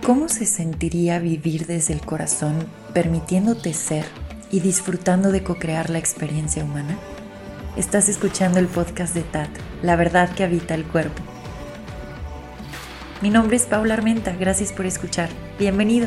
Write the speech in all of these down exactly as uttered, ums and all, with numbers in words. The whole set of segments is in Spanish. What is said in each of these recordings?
¿Cómo se sentiría vivir desde el corazón, permitiéndote ser y disfrutando de co-crear la experiencia humana? Estás escuchando el podcast de Tat, la verdad que habita el cuerpo. Mi nombre es Paula Armenta, gracias por escuchar. Bienvenido.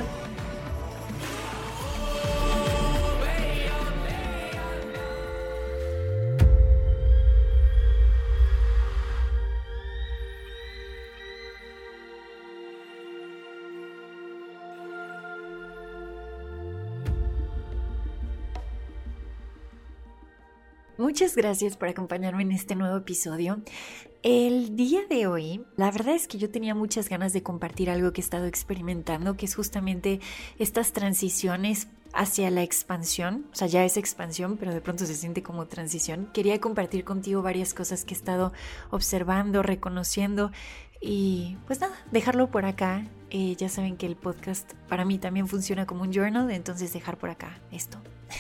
Muchas gracias por acompañarme en este nuevo episodio. El día de hoy, la verdad es que yo tenía muchas ganas de compartir algo que he estado experimentando, que es justamente estas transiciones hacia la expansión. O sea, ya es expansión, pero de pronto se siente como transición. Quería compartir contigo varias cosas que he estado observando, reconociendo y pues nada, dejarlo por acá. Eh, ya saben que el podcast para mí también funciona como un journal, entonces dejar por acá esto.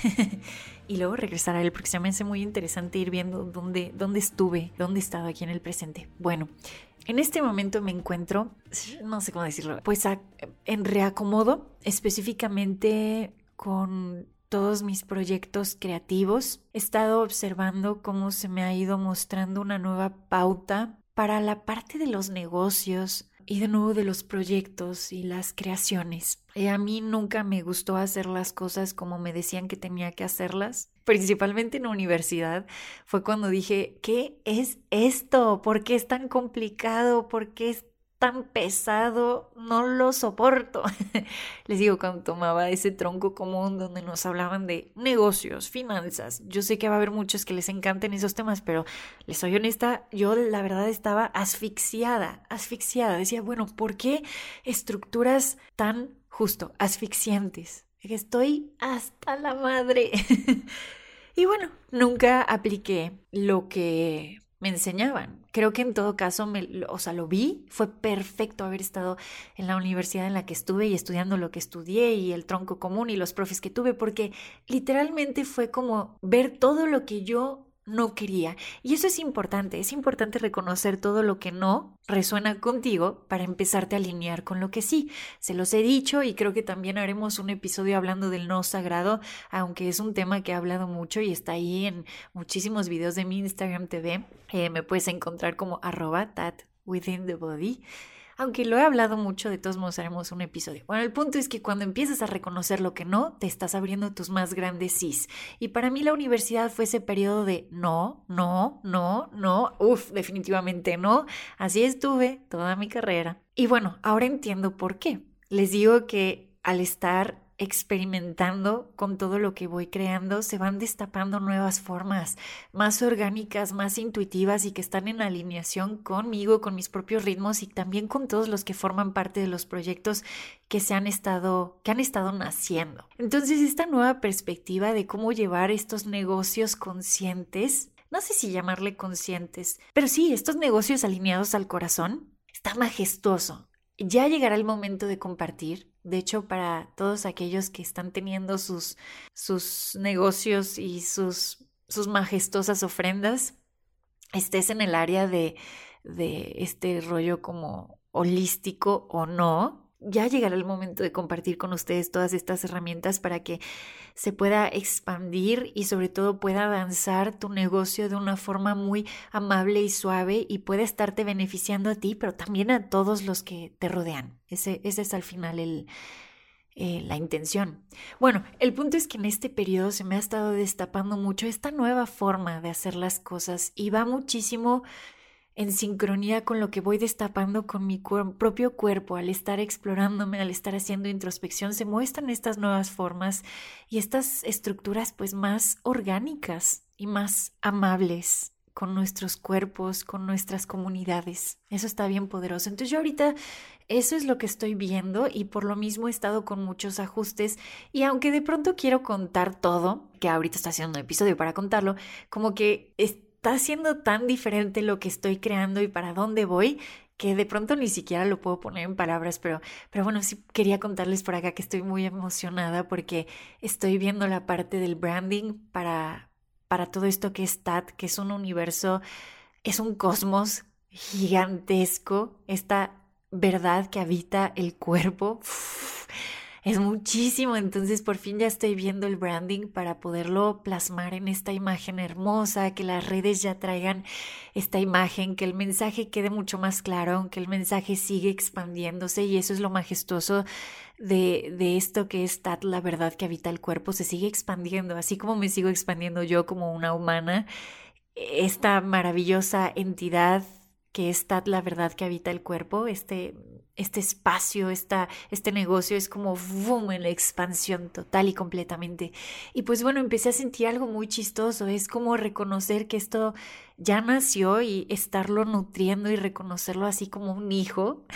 Y luego regresar a él, porque se me hace muy interesante ir viendo dónde, dónde estuve, dónde he estado aquí en el presente. Bueno, en este momento me encuentro, no sé cómo decirlo, pues a, en reacomodo, específicamente con todos mis proyectos creativos. He estado observando cómo se me ha ido mostrando una nueva pauta para la parte de los negocios y de nuevo de los proyectos y las creaciones. Eh, a mí nunca me gustó hacer las cosas como me decían que tenía que hacerlas. Principalmente en la universidad fue cuando dije, ¿qué es esto? ¿Por qué es tan complicado? ¿Por qué es tan pesado? No lo soporto. Les digo, cuando tomaba ese tronco común donde nos hablaban de negocios, finanzas. Yo sé que va a haber muchos que les encanten esos temas, pero les soy honesta, yo la verdad estaba asfixiada, asfixiada. Decía, bueno, ¿por qué estructuras tan justo, asfixiantes? Estoy hasta la madre. Y bueno, nunca apliqué lo que me enseñaban. Creo que en todo caso, me, o sea, lo vi, fue perfecto haber estado en la universidad en la que estuve y estudiando lo que estudié y el tronco común y los profes que tuve, porque literalmente fue como ver todo lo que yo no quería. Y eso es importante, es importante reconocer todo lo que no resuena contigo para empezarte a alinear con lo que sí. Se los he dicho y creo que también haremos un episodio hablando del no sagrado, aunque es un tema que he hablado mucho y está ahí en muchísimos videos de mi Instagram T V. Eh, me puedes encontrar como arroba tat within the body. Aunque lo he hablado mucho, de todos modos haremos un episodio. Bueno, el punto es que cuando empiezas a reconocer lo que no, te estás abriendo tus más grandes sís. Y para mí la universidad fue ese periodo de no, no, no, no, uf, definitivamente no. Así estuve toda mi carrera. Y bueno, ahora entiendo por qué. Les digo que al estar experimentando con todo lo que voy creando, se van destapando nuevas formas más orgánicas, más intuitivas y que están en alineación conmigo, con mis propios ritmos y también con todos los que forman parte de los proyectos que se han estado, que han estado naciendo. Entonces, esta nueva perspectiva de cómo llevar estos negocios conscientes, no sé si llamarle conscientes, pero sí, estos negocios alineados al corazón, está majestuoso. Ya llegará el momento de compartir. De hecho, para todos aquellos que están teniendo sus, sus negocios y sus, sus majestuosas ofrendas, estés en el área de, de este rollo como holístico o no, ya llegará el momento de compartir con ustedes todas estas herramientas para que se pueda expandir y sobre todo pueda avanzar tu negocio de una forma muy amable y suave y pueda estarte beneficiando a ti, pero también a todos los que te rodean. Ese, ese es al final el, eh, la intención. Bueno, el punto es que en este periodo se me ha estado destapando mucho esta nueva forma de hacer las cosas y va muchísimo en sincronía con lo que voy destapando con mi cuer- propio cuerpo. Al estar explorándome, al estar haciendo introspección, se muestran estas nuevas formas y estas estructuras pues más orgánicas y más amables con nuestros cuerpos, con nuestras comunidades. Eso está bien poderoso. Entonces yo ahorita eso es lo que estoy viendo y por lo mismo he estado con muchos ajustes y aunque de pronto quiero contar todo, que ahorita estoy haciendo un episodio para contarlo, como que es está siendo tan diferente lo que estoy creando y para dónde voy que de pronto ni siquiera lo puedo poner en palabras, pero, pero bueno, sí quería contarles por acá que estoy muy emocionada porque estoy viendo la parte del branding para, para todo esto que es Tat, que es un universo, es un cosmos gigantesco. Esta verdad que habita el cuerpo, uf, es muchísimo. Entonces por fin ya estoy viendo el branding para poderlo plasmar en esta imagen hermosa, que las redes ya traigan esta imagen, que el mensaje quede mucho más claro, aunque el mensaje sigue expandiéndose, y eso es lo majestuoso de, de esto que es Tat, la verdad que habita el cuerpo, se sigue expandiendo, así como me sigo expandiendo yo como una humana. Esta maravillosa entidad que es Tat, la verdad que habita el cuerpo, este, este espacio, esta, este negocio es como boom, en la expansión total y completamente. Y pues bueno, empecé a sentir algo muy chistoso, es como reconocer que esto ya nació y estarlo nutriendo y reconocerlo así como un hijo.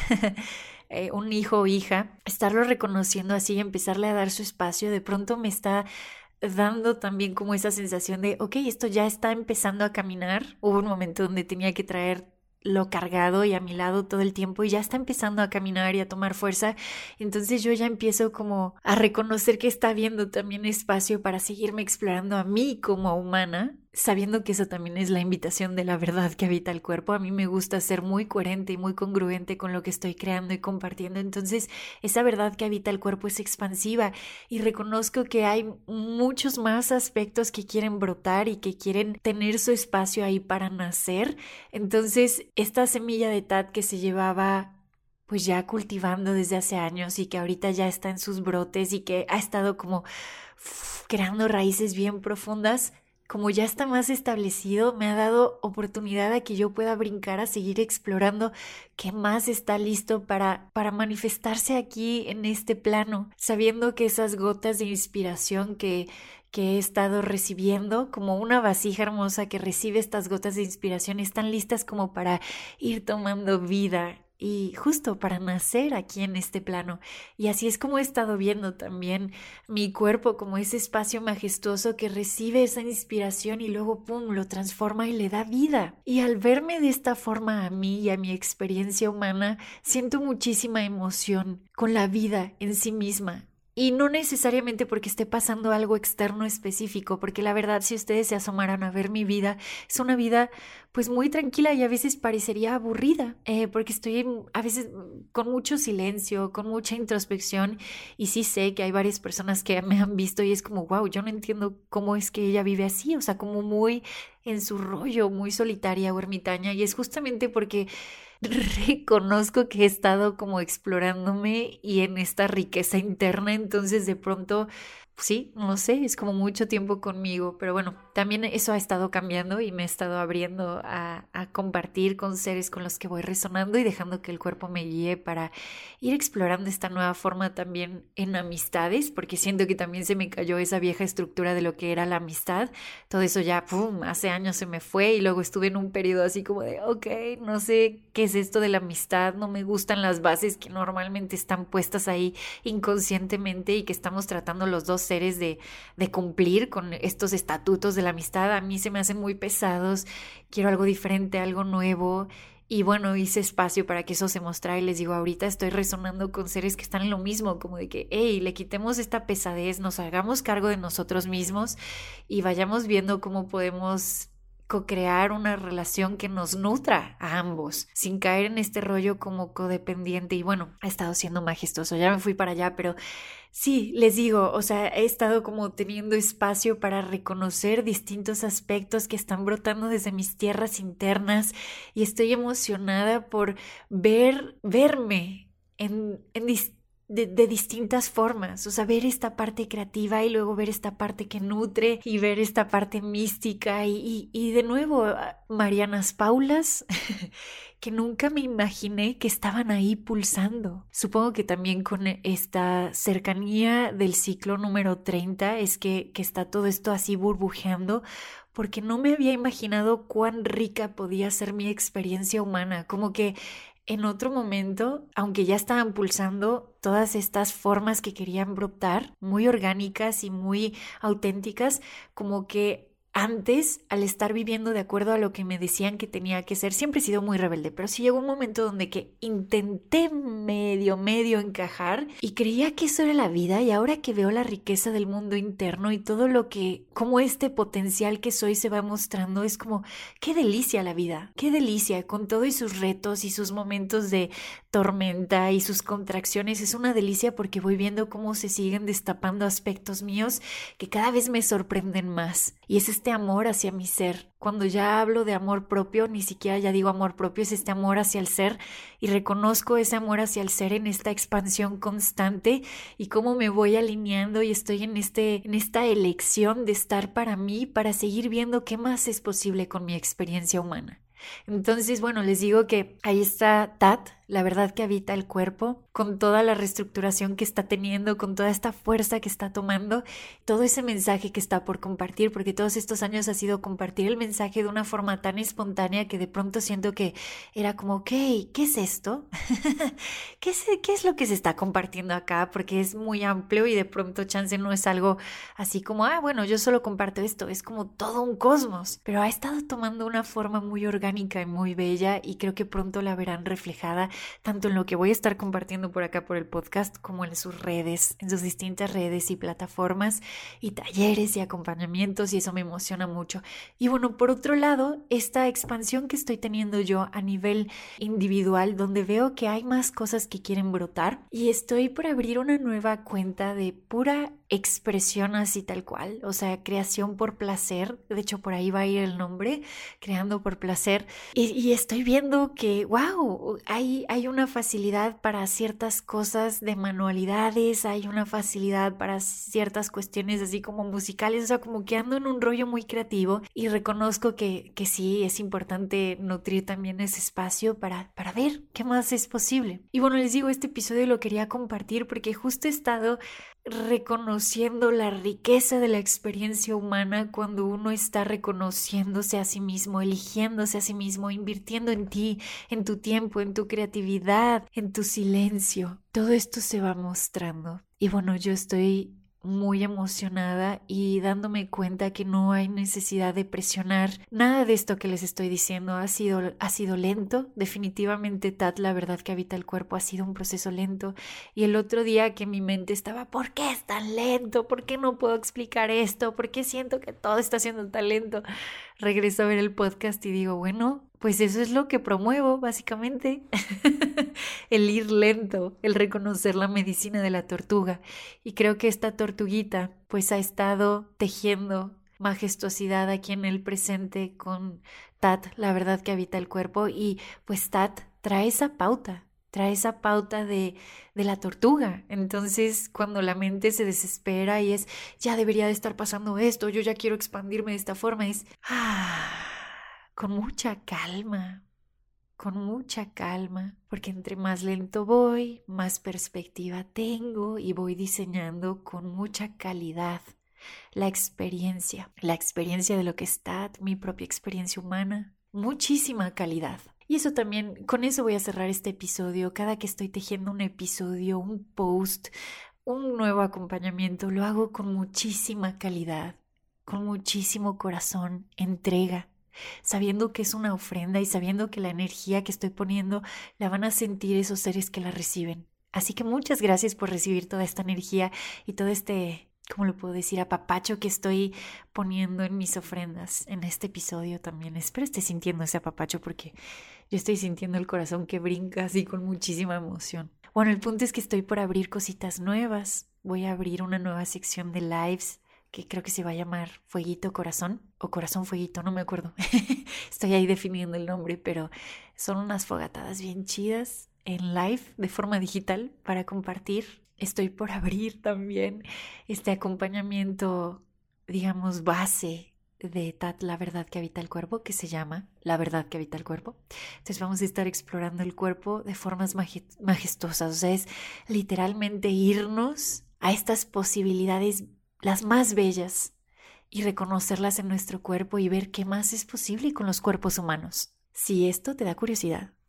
Eh, un hijo o hija, estarlo reconociendo así y empezarle a dar su espacio, de pronto me está dando también como esa sensación de, ok, esto ya está empezando a caminar. Hubo un momento donde tenía que traerlo cargado y a mi lado todo el tiempo, y ya está empezando a caminar y a tomar fuerza. Entonces yo ya empiezo como a reconocer que está habiendo también espacio para seguirme explorando a mí como humana, sabiendo que eso también es la invitación de la verdad que habita el cuerpo. A mí me gusta ser muy coherente y muy congruente con lo que estoy creando y compartiendo. Entonces esa verdad que habita el cuerpo es expansiva, y reconozco que hay muchos más aspectos que quieren brotar y que quieren tener su espacio ahí para nacer. Entonces esta semilla de Tat que se llevaba pues ya cultivando desde hace años y que ahorita ya está en sus brotes y que ha estado como uf, creando raíces bien profundas, como ya está más establecido, me ha dado oportunidad a que yo pueda brincar a seguir explorando qué más está listo para, para manifestarse aquí en este plano, sabiendo que esas gotas de inspiración que, que he estado recibiendo, como una vasija hermosa que recibe estas gotas de inspiración, están listas como para ir tomando vida y justo para nacer aquí en este plano. Y así es como he estado viendo también mi cuerpo como ese espacio majestuoso que recibe esa inspiración y luego pum, lo transforma y le da vida. Y al verme de esta forma a mí y a mi experiencia humana, siento muchísima emoción con la vida en sí misma. Y no necesariamente porque esté pasando algo externo específico, porque la verdad, si ustedes se asomaran a ver mi vida, es una vida pues muy tranquila y a veces parecería aburrida, eh, porque estoy a veces con mucho silencio, con mucha introspección, y sí sé que hay varias personas que me han visto y es como, wow, yo no entiendo cómo es que ella vive así, o sea, como muy en su rollo, muy solitaria o ermitaña, y es justamente porque reconozco que he estado como explorándome y en esta riqueza interna. Entonces de pronto, sí, no sé, es como mucho tiempo conmigo, pero bueno, también eso ha estado cambiando y me he estado abriendo a, a compartir con seres con los que voy resonando y dejando que el cuerpo me guíe para ir explorando esta nueva forma también en amistades, porque siento que también se me cayó esa vieja estructura de lo que era la amistad. Todo eso ya, pum, hace años se me fue, y luego estuve en un periodo así como de, ok, no sé qué es esto de la amistad, no me gustan las bases que normalmente están puestas ahí inconscientemente y que estamos tratando los dos seres de, de cumplir con estos estatutos de la amistad. A mí se me hacen muy pesados, quiero algo diferente, algo nuevo. Y bueno, hice espacio para que eso se mostrara y les digo, ahorita estoy resonando con seres que están en lo mismo, como de que, hey, le quitemos esta pesadez, nos hagamos cargo de nosotros mismos y vayamos viendo cómo podemos co-crear una relación que nos nutra a ambos, sin caer en este rollo como codependiente. Y bueno, ha estado siendo majestuoso, ya me fui para allá, pero sí, les digo, o sea, he estado como teniendo espacio para reconocer distintos aspectos que están brotando desde mis tierras internas, y estoy emocionada por ver, verme en, en distintos De, de distintas formas, o sea, ver esta parte creativa y luego ver esta parte que nutre y ver esta parte mística y, y, y de nuevo Marianas Paulas que nunca me imaginé que estaban ahí pulsando. Supongo que también con esta cercanía del ciclo número treinta es que, que está todo esto así burbujeando, porque no me había imaginado cuán rica podía ser mi experiencia humana, como que en otro momento, aunque ya estaban pulsando todas estas formas que querían brotar, muy orgánicas y muy auténticas, como que antes, al estar viviendo de acuerdo a lo que me decían que tenía que ser, siempre he sido muy rebelde, pero sí llegó un momento donde que intenté medio, medio encajar y creía que eso era la vida, y ahora que veo la riqueza del mundo interno y todo lo que, como este potencial que soy se va mostrando, es como, qué delicia la vida, qué delicia, con todo y sus retos y sus momentos de tormenta y sus contracciones, es una delicia porque voy viendo cómo se siguen destapando aspectos míos que cada vez me sorprenden más, y es este amor hacia mi ser. Cuando ya hablo de amor propio, ni siquiera ya digo amor propio, es este amor hacia el ser, y reconozco ese amor hacia el ser en esta expansión constante y cómo me voy alineando y estoy en, este, en esta elección de estar para mí, para seguir viendo qué más es posible con mi experiencia humana. Entonces, bueno, les digo que ahí está Tat, la verdad que habita el cuerpo, con toda la reestructuración que está teniendo, con toda esta fuerza que está tomando, todo ese mensaje que está por compartir, porque todos estos años ha sido compartir el mensaje de una forma tan espontánea que de pronto siento que era como, ok, ¿qué es esto? ¿Qué es, qué es lo que se está compartiendo acá? Porque es muy amplio y de pronto chance no es algo así como, ah, bueno, yo solo comparto esto, es como todo un cosmos, pero ha estado tomando una forma muy orgánica y muy bella, y creo que pronto la verán reflejada tanto en lo que voy a estar compartiendo por acá por el podcast como en sus redes, en sus distintas redes y plataformas y talleres y acompañamientos, y eso me emociona mucho. Y bueno, por otro lado, esta expansión que estoy teniendo yo a nivel individual, donde veo que hay más cosas que quieren brotar, y estoy por abrir una nueva cuenta de pura expresión así tal cual, o sea, creación por placer. De hecho, por ahí va a ir el nombre, creando por placer, y, y estoy viendo que, wow, hay, hay una facilidad para ciertas cosas de manualidades, hay una facilidad para ciertas cuestiones así como musicales, o sea, como que ando en un rollo muy creativo, y reconozco que, que sí, es importante nutrir también ese espacio para, para ver qué más es posible. Y bueno, les digo, este episodio lo quería compartir porque justo he estado reconociendo la riqueza de la experiencia humana cuando uno está reconociéndose a sí mismo, eligiéndose a sí mismo, invirtiendo en ti, en tu tiempo, en tu creatividad, en tu silencio. Todo esto se va mostrando. Y bueno, yo estoy muy emocionada y dándome cuenta que no hay necesidad de presionar. Nada de esto que les estoy diciendo ha sido, ha sido lento. Definitivamente Tat, la verdad que habita el cuerpo, ha sido un proceso lento. Y el otro día que mi mente estaba, ¿por qué es tan lento? ¿Por qué no puedo explicar esto? ¿Por qué siento que todo está siendo tan lento? Regreso a ver el podcast y digo, bueno, pues eso es lo que promuevo, básicamente. El ir lento, el reconocer la medicina de la tortuga. Y creo que esta tortuguita pues ha estado tejiendo majestuosidad aquí en el presente con Tat, la verdad que habita el cuerpo. Y pues Tat trae esa pauta, trae esa pauta de, de la tortuga. Entonces, cuando la mente se desespera y es, ya debería de estar pasando esto, yo ya quiero expandirme de esta forma, es, ah, con mucha calma, con mucha calma, porque entre más lento voy, más perspectiva tengo y voy diseñando con mucha calidad la experiencia, la experiencia de lo que está, mi propia experiencia humana, muchísima calidad. Y eso también, con eso voy a cerrar este episodio. Cada que estoy tejiendo un episodio, un post, un nuevo acompañamiento, lo hago con muchísima calidad, con muchísimo corazón, entrega, sabiendo que es una ofrenda y sabiendo que la energía que estoy poniendo la van a sentir esos seres que la reciben. Así que muchas gracias por recibir toda esta energía y todo este, ¿cómo lo puedo decir?, apapacho que estoy poniendo en mis ofrendas en este episodio también. Espero esté sintiendo ese apapacho porque yo estoy sintiendo el corazón que brinca así con muchísima emoción. Bueno, el punto es que estoy por abrir cositas nuevas. Voy a abrir una nueva sección de lives que creo que se va a llamar Fueguito Corazón o Corazón Fueguito, no me acuerdo. Estoy ahí definiendo el nombre, pero son unas fogatadas bien chidas en live de forma digital para compartir. Estoy por abrir también este acompañamiento, digamos, base de Tat, la verdad que habita el cuerpo, que se llama La verdad que habita el cuerpo. Entonces vamos a estar explorando el cuerpo de formas majestuosas, o sea, es literalmente irnos a estas posibilidades las más bellas y reconocerlas en nuestro cuerpo y ver qué más es posible con los cuerpos humanos. Si esto te da curiosidad,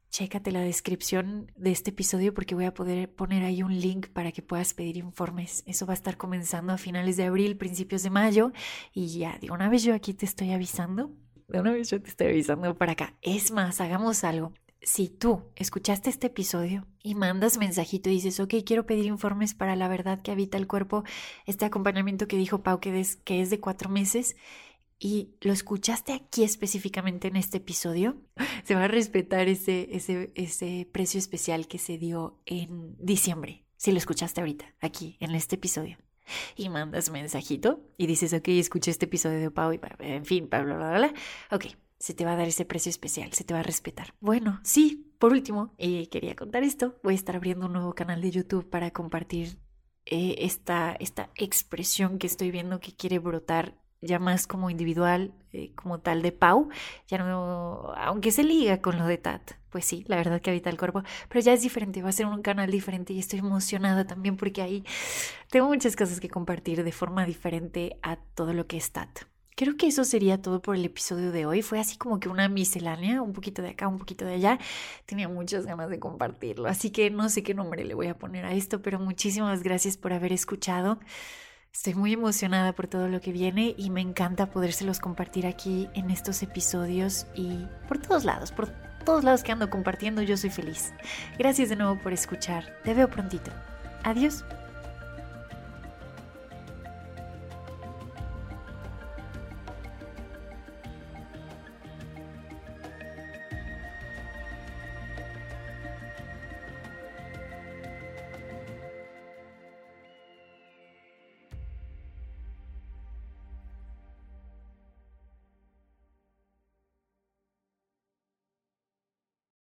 chécate la descripción de este episodio porque voy a poder poner ahí un link para que puedas pedir informes. Eso va a estar comenzando a finales de abril, principios de mayo. Y ya, de una vez yo aquí te estoy avisando. De una vez yo te estoy avisando para acá. Es más, hagamos algo. Si tú escuchaste este episodio y mandas mensajito y dices, ok, quiero pedir informes para la verdad que habita el cuerpo, este acompañamiento que dijo Pau que es, que es de cuatro meses, y lo escuchaste aquí específicamente en este episodio, se va a respetar ese, ese, ese precio especial que se dio en diciembre. Si lo escuchaste ahorita, aquí, en este episodio. Y mandas mensajito y dices, ok, escuché este episodio de Pau y en fin, bla, bla, bla, bla. Ok, se te va a dar ese precio especial, se te va a respetar. Bueno, sí, por último, eh, quería contar esto. Voy a estar abriendo un nuevo canal de YouTube para compartir eh, esta, esta expresión que estoy viendo que quiere brotar ya más como individual, eh, como tal de Pau. Ya no, aunque se liga con lo de Tat, pues sí, la verdad que habita el cuerpo, pero ya es diferente, va a ser un canal diferente y estoy emocionada también porque ahí tengo muchas cosas que compartir de forma diferente a todo lo que es Tat. Creo que eso sería todo por el episodio de hoy. Fue así como que una miscelánea, un poquito de acá, un poquito de allá. Tenía muchas ganas de compartirlo, así que no sé qué nombre le voy a poner a esto, pero muchísimas gracias por haber escuchado. Estoy muy emocionada por todo lo que viene y me encanta podérselos compartir aquí en estos episodios y por todos lados, por todos lados que ando compartiendo, yo soy feliz. Gracias de nuevo por escuchar. Te veo prontito. Adiós.